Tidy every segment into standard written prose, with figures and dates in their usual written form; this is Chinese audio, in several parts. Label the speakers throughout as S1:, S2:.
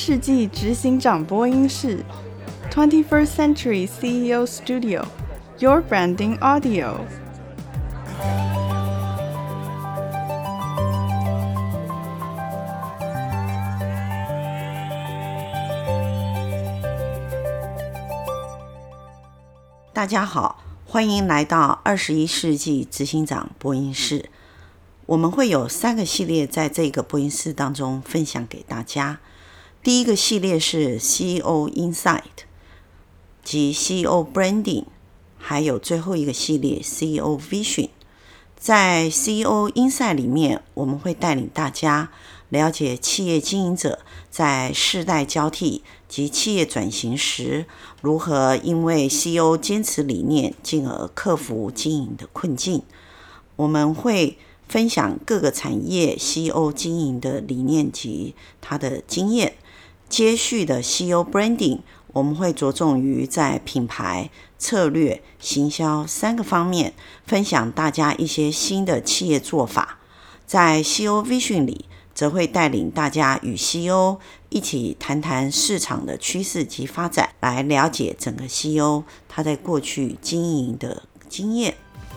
S1: 世纪执行长播音室 21st Century CEO Studio Your Branding Audio。
S2: 大家好，欢迎来到21世纪执行长播音室。我们会有3个系列在这个播音室当中分享给大家。第一个系列是 CEO Insight 及 CEO Branding， 还有最后一个系列 CEO Vision。 在 CEO Insight 里面，我们会带领大家了解企业经营者在世代交替及企业转型时，如何因为 CEO 坚持理念，进而克服经营的困境。我们会分享各个产业 CEO 经营的理念及他的经验。接续的 CEO Branding， 我们会着重于在品牌、策略、行销3个方面，分享大家一些新的企业做法。在 CEO Vision 里，则会带领大家与 CEO 一起谈谈市场的趋势及发展，来了解整个 CEO 他在过去经营的经验。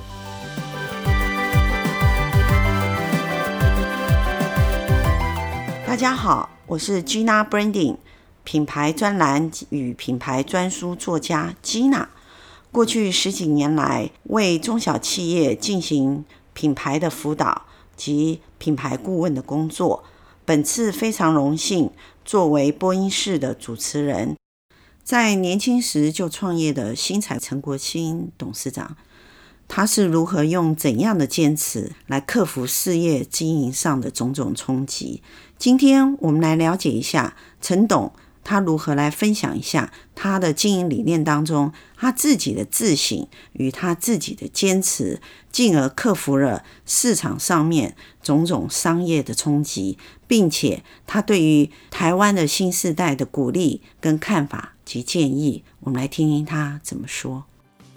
S2: 大家好，我是 Gina Branding， 品牌专栏与品牌专书作家 Gina。 过去10几年来，为中小企业进行品牌的辅导及品牌顾问的工作。本次非常荣幸作为播音室的主持人。在年轻时就创业的新采陈国兴董事长，他是如何用怎样的坚持来克服事业经营上的种种冲击？今天我们来了解一下陈董他如何来分享一下他的经营理念当中他自己的自省与他自己的坚持，进而克服了市场上面种种商业的冲击，并且他对于台湾的新世代的鼓励跟看法及建议，我们来听听他怎么说。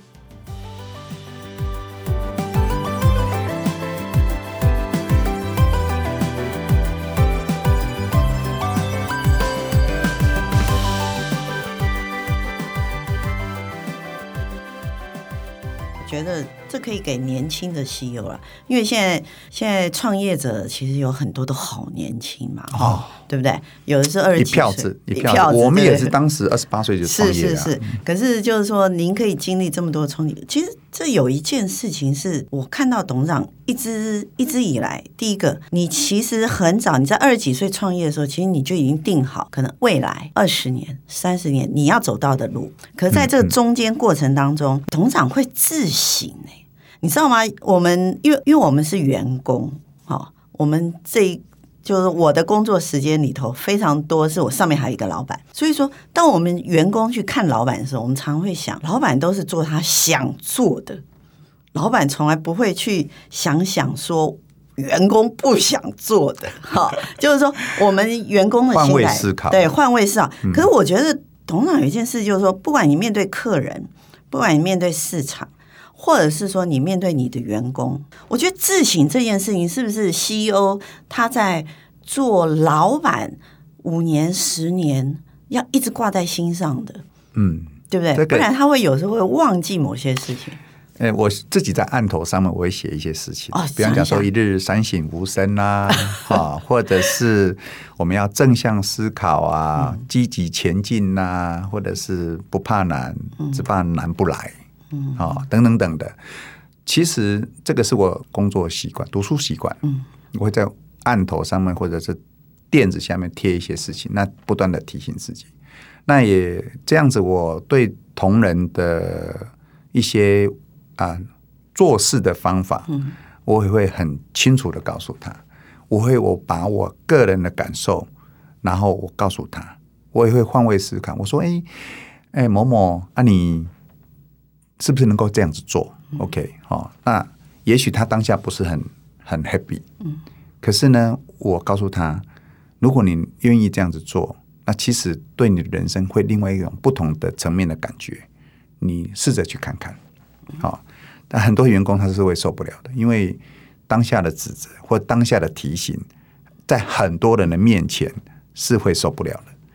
S2: 觉得这可以给年轻的 CEO 了，因为现在创业者其实有很多都好年轻嘛，对不对？有的是20几岁，
S3: 一票子，我们也是当时28岁就创业了。
S2: 是。可是就是说，您可以经历这么多的冲击，其实这有一件事情是我看到董事长一直以来，第一个，你其实很早，你在20几岁创业的时候，其实你就已经定好可能未来20年、30年你要走到的路。可是在这个中间过程当中，董事长会自省你知道吗？我们因为我们是员工，我们就是我的工作时间里头非常多，是我上面还有一个老板，所以说当我们员工去看老板的时候，我们常会想，老板都是做他想做的，老板从来不会去想说员工不想做的，就是说我们员工的心态，
S3: 换位思考，
S2: 对，换位思考。可是我觉得董事长有一件事，就是说，不管你面对客人，不管你面对市场，或者是说你面对你的员工，我觉得自省这件事情是不是 CEO 他在做老板5年10年要一直挂在心上的，对不对？不然他会有时候会忘记某些事情。
S3: 我自己在案头上面我会写一些事情，比方讲说一日三省吾身啊，或者是我们要正向思考啊，积极前进啊，或者是不怕难，只怕难不来。等等等的，其实这个是我工作习惯、读书习惯。我会在案头上面或者是垫子下面贴一些事情，那不断的提醒自己。那也这样子，我对同仁的一些做事的方法，我也会很清楚的告诉他。我把我个人的感受，然后我告诉他，我也会换位思考。我说，某某啊，你是不是能够这样子做？OK， 那也许他当下不是很 happy，可是呢，我告诉他，如果你愿意这样子做，那其实对你的人生会另外一种不同的层面的感觉，你试着去看看。但很多员工他是会受不了的，因为当下的指责或当下的提醒，在很多人的面前是会受不了的。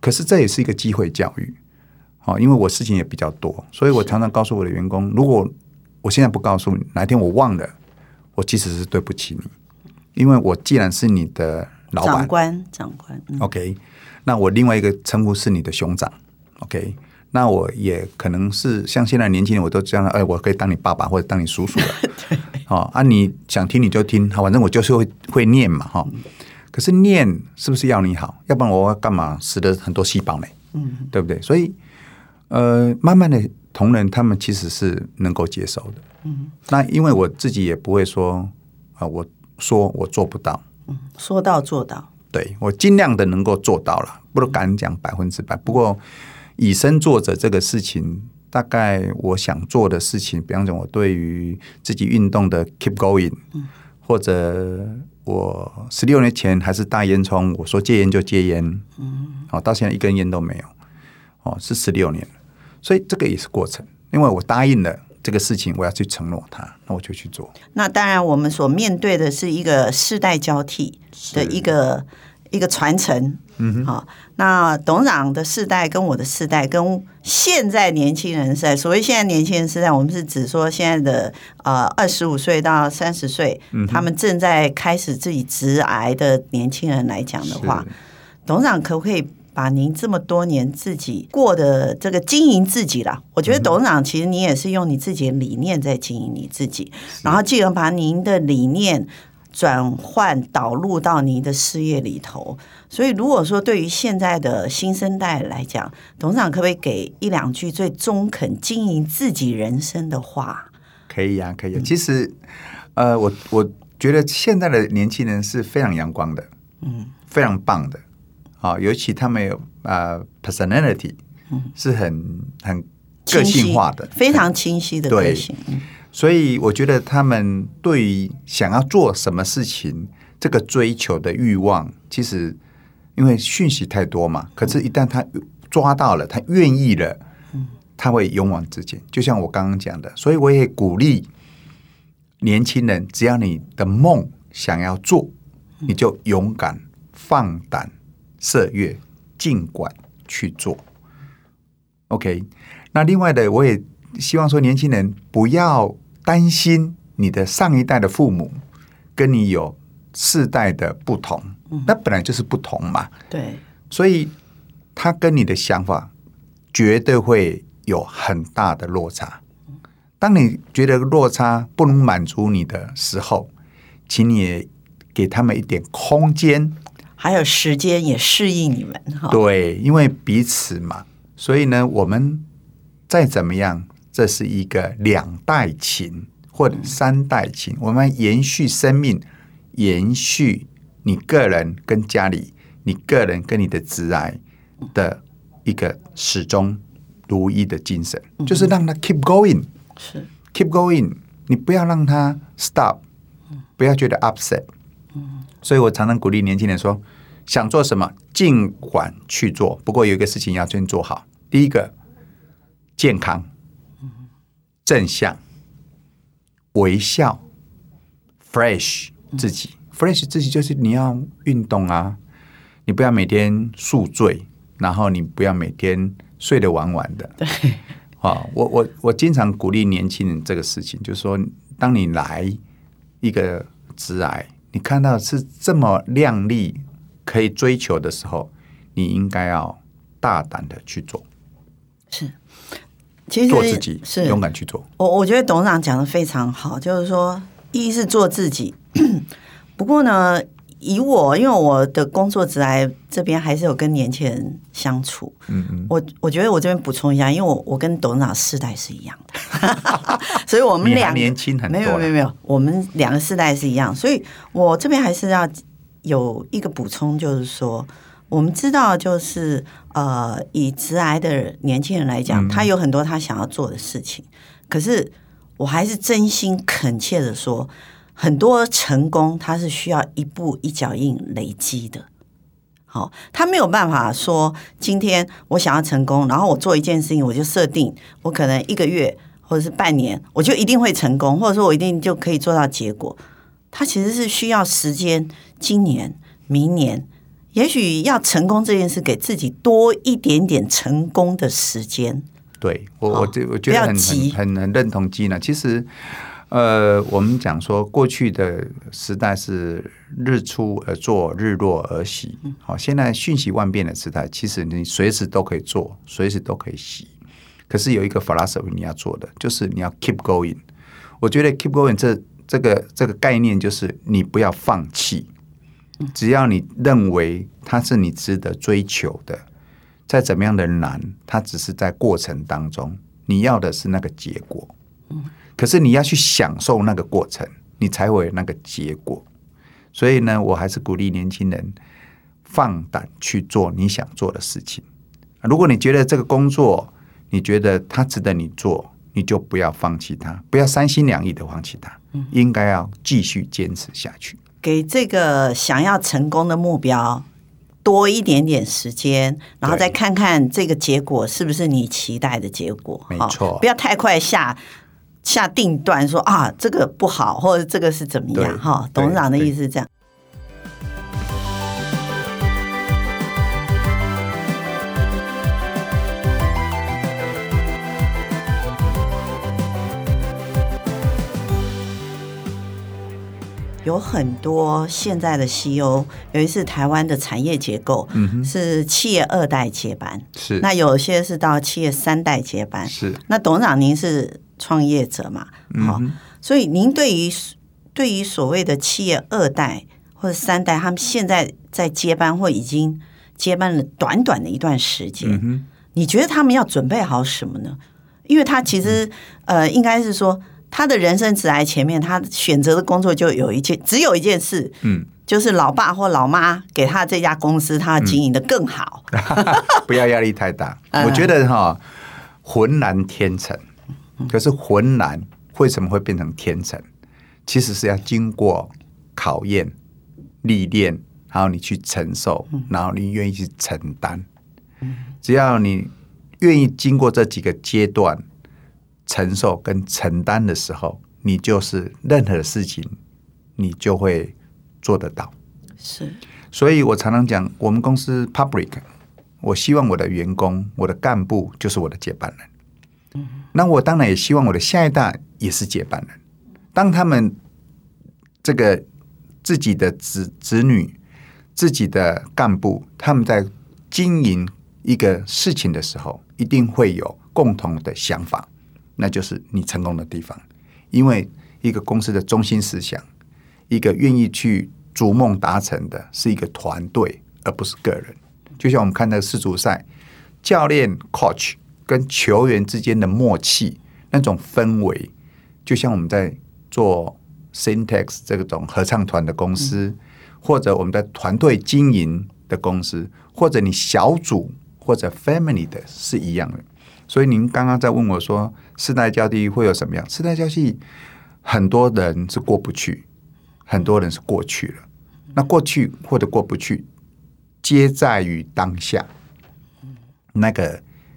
S3: 可是这也是一个机会教育。因为我事情也比较多，所以我常常告诉我的员工，如果我现在不告诉你，哪一天我忘了，我其实是对不起你，因为我既然是你的老板
S2: 长官
S3: OK， 那我另外一个称呼是你的兄长 OK， 那我也可能是像现在年轻人，我都这样，我可以当你爸爸或者当你叔叔了你想听你就听，反正我就是会念嘛可是念是不是要你好？要不然我要干嘛死了很多细胞呢？对不对？所以慢慢的同仁他们其实是能够接受的。那因为我自己也不会说我说我做不到，
S2: 说到做到。
S3: 对，我尽量的能够做到了，不敢讲100%。不过以身作则这个事情，大概我想做的事情，比方讲我对于自己运动的 keep going，或者我16年前还是大烟囱，我说戒烟就戒烟，到现在一根烟都没有，是16年了。所以这个也是过程，因为我答应了这个事情，我要去承诺它，那我就去做。
S2: 那当然，我们所面对的是一个世代交替的一个传承。那董事长的世代跟我的世代跟现在年轻人世代，所谓现在年轻人世代，我们是指说现在的25岁到30岁，他们正在开始自己职涯的年轻人来讲的话，董事长可不可以把您这么多年自己过的这个经营自己啦，我觉得董事长其实你也是用你自己的理念在经营你自己，然后继而把您的理念转换导入到您的事业里头。所以如果说对于现在的新生代来讲，董事长可不可以给1-2句最中肯经营自己人生的话？
S3: 可以啊，可以啊。其实我觉得现在的年轻人是非常阳光的，非常棒的。尤其他们有personality，是很个性化的，
S2: 非常清晰的个性。
S3: 所以我觉得他们对于想要做什么事情，这个追求的欲望，其实因为讯息太多嘛，可是一旦他抓到了，他愿意了，他会勇往直前。就像我刚刚讲的，所以我也鼓励年轻人，只要你的梦想要做，你就勇敢放胆涉越，尽管去做。 OK， 那另外的我也希望说年轻人不要担心你的上一代的父母跟你有世代的不同，那本来就是不同嘛。
S2: 对，
S3: 所以他跟你的想法绝对会有很大的落差。当你觉得落差不能满足你的时候，请你也给他们一点空间，
S2: 还有时间也适应你们。
S3: 对，因为彼此嘛，所以呢，我们再怎么样，这是一个2代情或者3代情，我们延续生命，延续你个人跟家里，你个人跟你的职涯的一个始终如一的精神，就是让它 keep going，
S2: 是
S3: keep going， 你不要让它 stop， 不要觉得 upset。所以我常常鼓励年轻人说，想做什么尽管去做，不过有一个事情要先做好。第一个，健康、正向、微笑、fresh 自己。fresh 自己就是你要运动啊，你不要每天宿醉，然后你不要每天睡得晚晚的。
S2: 对，
S3: 我经常鼓励年轻人这个事情，就是说，当你来一个职涯，你看到是这么亮丽可以追求的时候，你应该要大胆的去做。
S2: 是，其实
S3: 做自己，
S2: 是
S3: 勇敢去做。
S2: 我觉得董事长讲的非常好，就是说，一是做自己。不过呢，因为我的工作职涯这边还是有跟年轻人相处，我觉得我这边补充一下，因为我跟董事长世代是一样的，所以我们两个
S3: 年轻很多，
S2: 没有，我们2个世代是一样，所以我这边还是要有一个补充，就是说，我们知道，就是以职涯的年轻人来讲，他有很多他想要做的事情，可是我还是真心恳切的说，很多成功它是需要一步一脚印累积的。好，他没有办法说今天我想要成功，然后我做一件事情，我就设定我可能1个月或者是半年，我就一定会成功，或者说我一定就可以做到结果。它其实是需要时间，今年、明年， 也许要成功这件事，给自己多一点点成功的时间。
S3: 对，我觉得很认同基娜。其实，我们讲说过去的时代是日出而作，日落而息。好，现在讯息万变的时代，其实你随时都可以做，随时都可以息。可是有一个 philosophy 你要做的，就是你要 keep going。我觉得 keep going 这个概念就是你不要放弃，只要你认为它是你值得追求的，再怎么样的难，它只是在过程当中，你要的是那个结果。可是你要去享受那个过程，你才会有那个结果。所以呢，我还是鼓励年轻人放胆去做你想做的事情。如果你觉得这个工作，你觉得它值得你做，你就不要放弃它，不要三心两意的放弃它，应该要继续坚持下去。
S2: 给这个想要成功的目标多一点点时间，然后再看看这个结果是不是你期待的结果。
S3: 没错，
S2: 不要太快下定断说啊这个不好，或者这个是怎么样哈。董事长的意思是这样。有很多现在的 CEO， 尤其是台湾的产业结构，是企业2代接班，
S3: 是
S2: 那有些是到企业3代接班，
S3: 是。
S2: 那董事长您是创业者嘛？所以您对于所谓的企业2代或者3代，他们现在在接班或已经接班了短短的一段时间，你觉得他们要准备好什么呢？因为他其实应该是说，他的人生职涯前面，他选择的工作就只有一件事，就是老爸或老妈给他这家公司，他经营的更好，
S3: 不要压力太大。我觉得浑然天成，可是浑然为什么会变成天成？其实是要经过考验、历练，然后你去承受，然后你愿意去承担。只要你愿意经过这几个阶段承受跟承担的时候，你就是任何的事情你就会做得到。
S2: 是，
S3: 所以我常常讲，我们公司 Public， 我希望我的员工、我的干部就是我的接班人。那我当然也希望我的下一代也是接班人。当他们这个自己的子女、自己的干部，他们在经营一个事情的时候，一定会有共同的想法。那就是你成功的地方，因为一个公司的中心思想，一个愿意去逐梦达成的是一个团队，而不是个人。就像我们看那个世足赛，教练 coach 跟球员之间的默契，那种氛围，就像我们在做 Syntax 这种合唱团的公司，或者我们在团队经营的公司，或者你小组或者 family 的是一样的。所以您刚刚在问我说世代交替会有什么样？世代交替很多人是过不去，很多人是过去了。那过去或者过不去，皆在于当下那个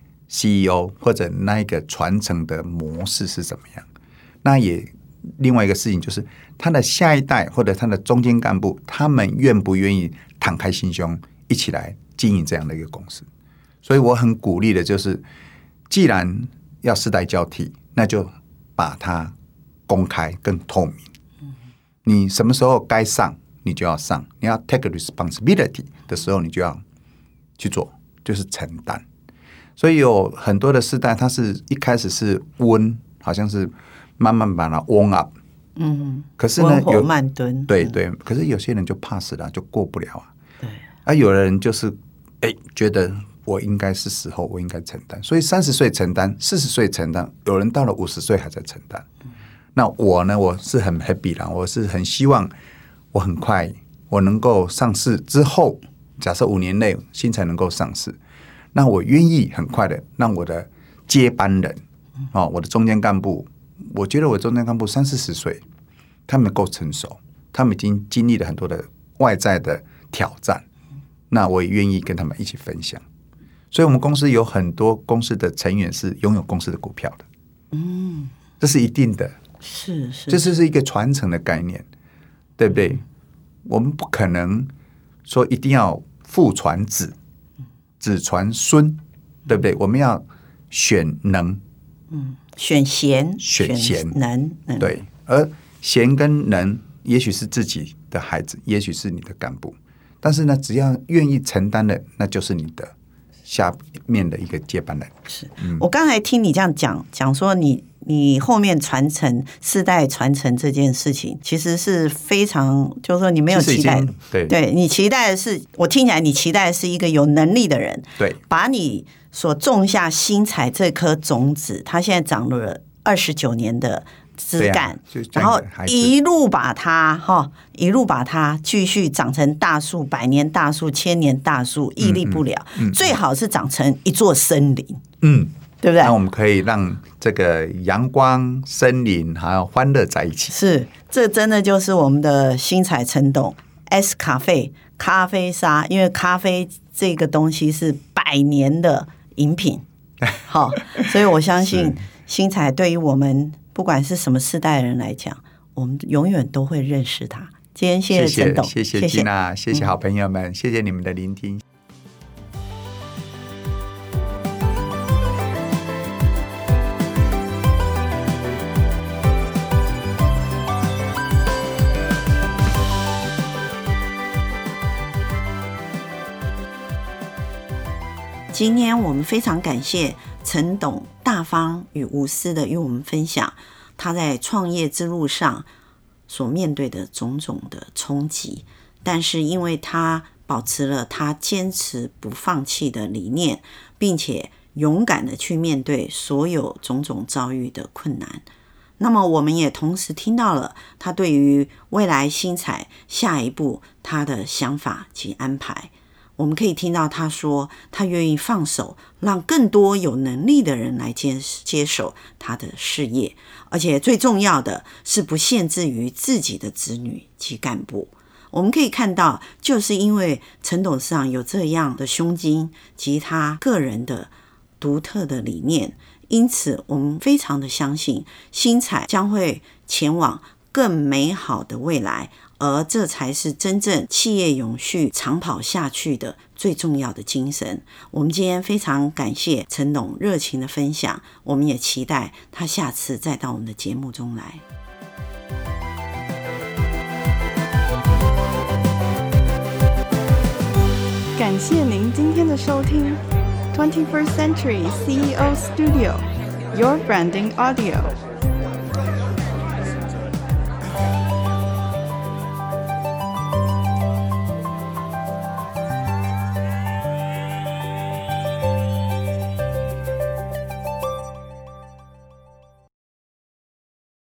S3: CEO 或者那一个传承的模式是怎么样。那也另外一个事情就是他的下一代或者他的中间干部，他们愿不愿意敞开心胸一起来经营这样的一个公司。所以我很鼓励的就是既然要世代交替，那就把它公开更透明。你什么时候该上你就要上，你要 take responsibility 的时候你就要去做，就是承担。所以有很多的世代它是一开始是温，好像是慢慢把它 warm up， 可是呢
S2: 温火慢炖，
S3: 对对，可是有些人就怕死了，就过不了啊。
S2: 对，
S3: 有的人就是觉得我应该是时候，我应该承担，所以30岁承担，40岁承担，有人到了50岁还在承担。那我呢，我是很 happy 啦，我是很希望我很快我能够上市之后，假设5年内新材能够上市，那我愿意很快的让我的接班人，我的中间干部，我觉得我中间干部30-40岁，他们够成熟，他们已经经历了很多的外在的挑战，那我也愿意跟他们一起分享。所以我们公司有很多公司的成员是拥有公司的股票的，这是一定的，
S2: 是，
S3: 这是一个传承的概念，对不对？我们不可能说一定要父传子，子传孙，对不对？我们要选能，
S2: 选贤，
S3: 选
S2: 能，
S3: 对。而贤跟能，也许是自己的孩子，也许是你的干部，但是呢，只要愿意承担的，那就是你的下面的一个接班人。
S2: 是，我刚才听你这样讲说你后面传承世代传承这件事情，其实是非常，就是说你没有期待，对你期待的是，我听起来你期待的是一个有能力的人，
S3: 对，
S2: 把你所种下新材这颗种子，它现在长了29年的枝干，然后一路把它继续长成大树，100年大树、1000年大树，屹立不了，最好是长成一座森林，对不对？
S3: 那我们可以让这个阳光、森林还有欢乐在一起。
S2: 是，这真的就是我们的新材陈董 S 咖啡咖啡沙，因为咖啡这个东西是100年的饮品，好，所以我相信新材对于我们不管是什么世代的人来讲，我们永远都会认识它。今天谢谢陈董，
S3: 谢谢吉娜，谢谢好朋友们，谢谢你们的聆听。
S2: 今天我们非常感谢陈董大方与无私的与我们分享他在创业之路上所面对的种种的冲击，但是因为他保持了他坚持不放弃的理念，并且勇敢的去面对所有种种遭遇的困难，那么我们也同时听到了他对于未来新材下一步他的想法及安排。我们可以听到他说他愿意放手，让更多有能力的人来接手他的事业，而且最重要的是不限制于自己的子女及干部。我们可以看到，就是因为陈董事长有这样的胸襟及他个人的独特的理念，因此我们非常的相信新材将会前往更美好的未来，而这才是真正企业永续长跑下去的最重要的精神。我们今天非常感谢陈董热情的分享，我们也期待他下次再到我们的节目中来。
S1: 感谢您今天的收听 21st Century CEO Studio Your Branding Audio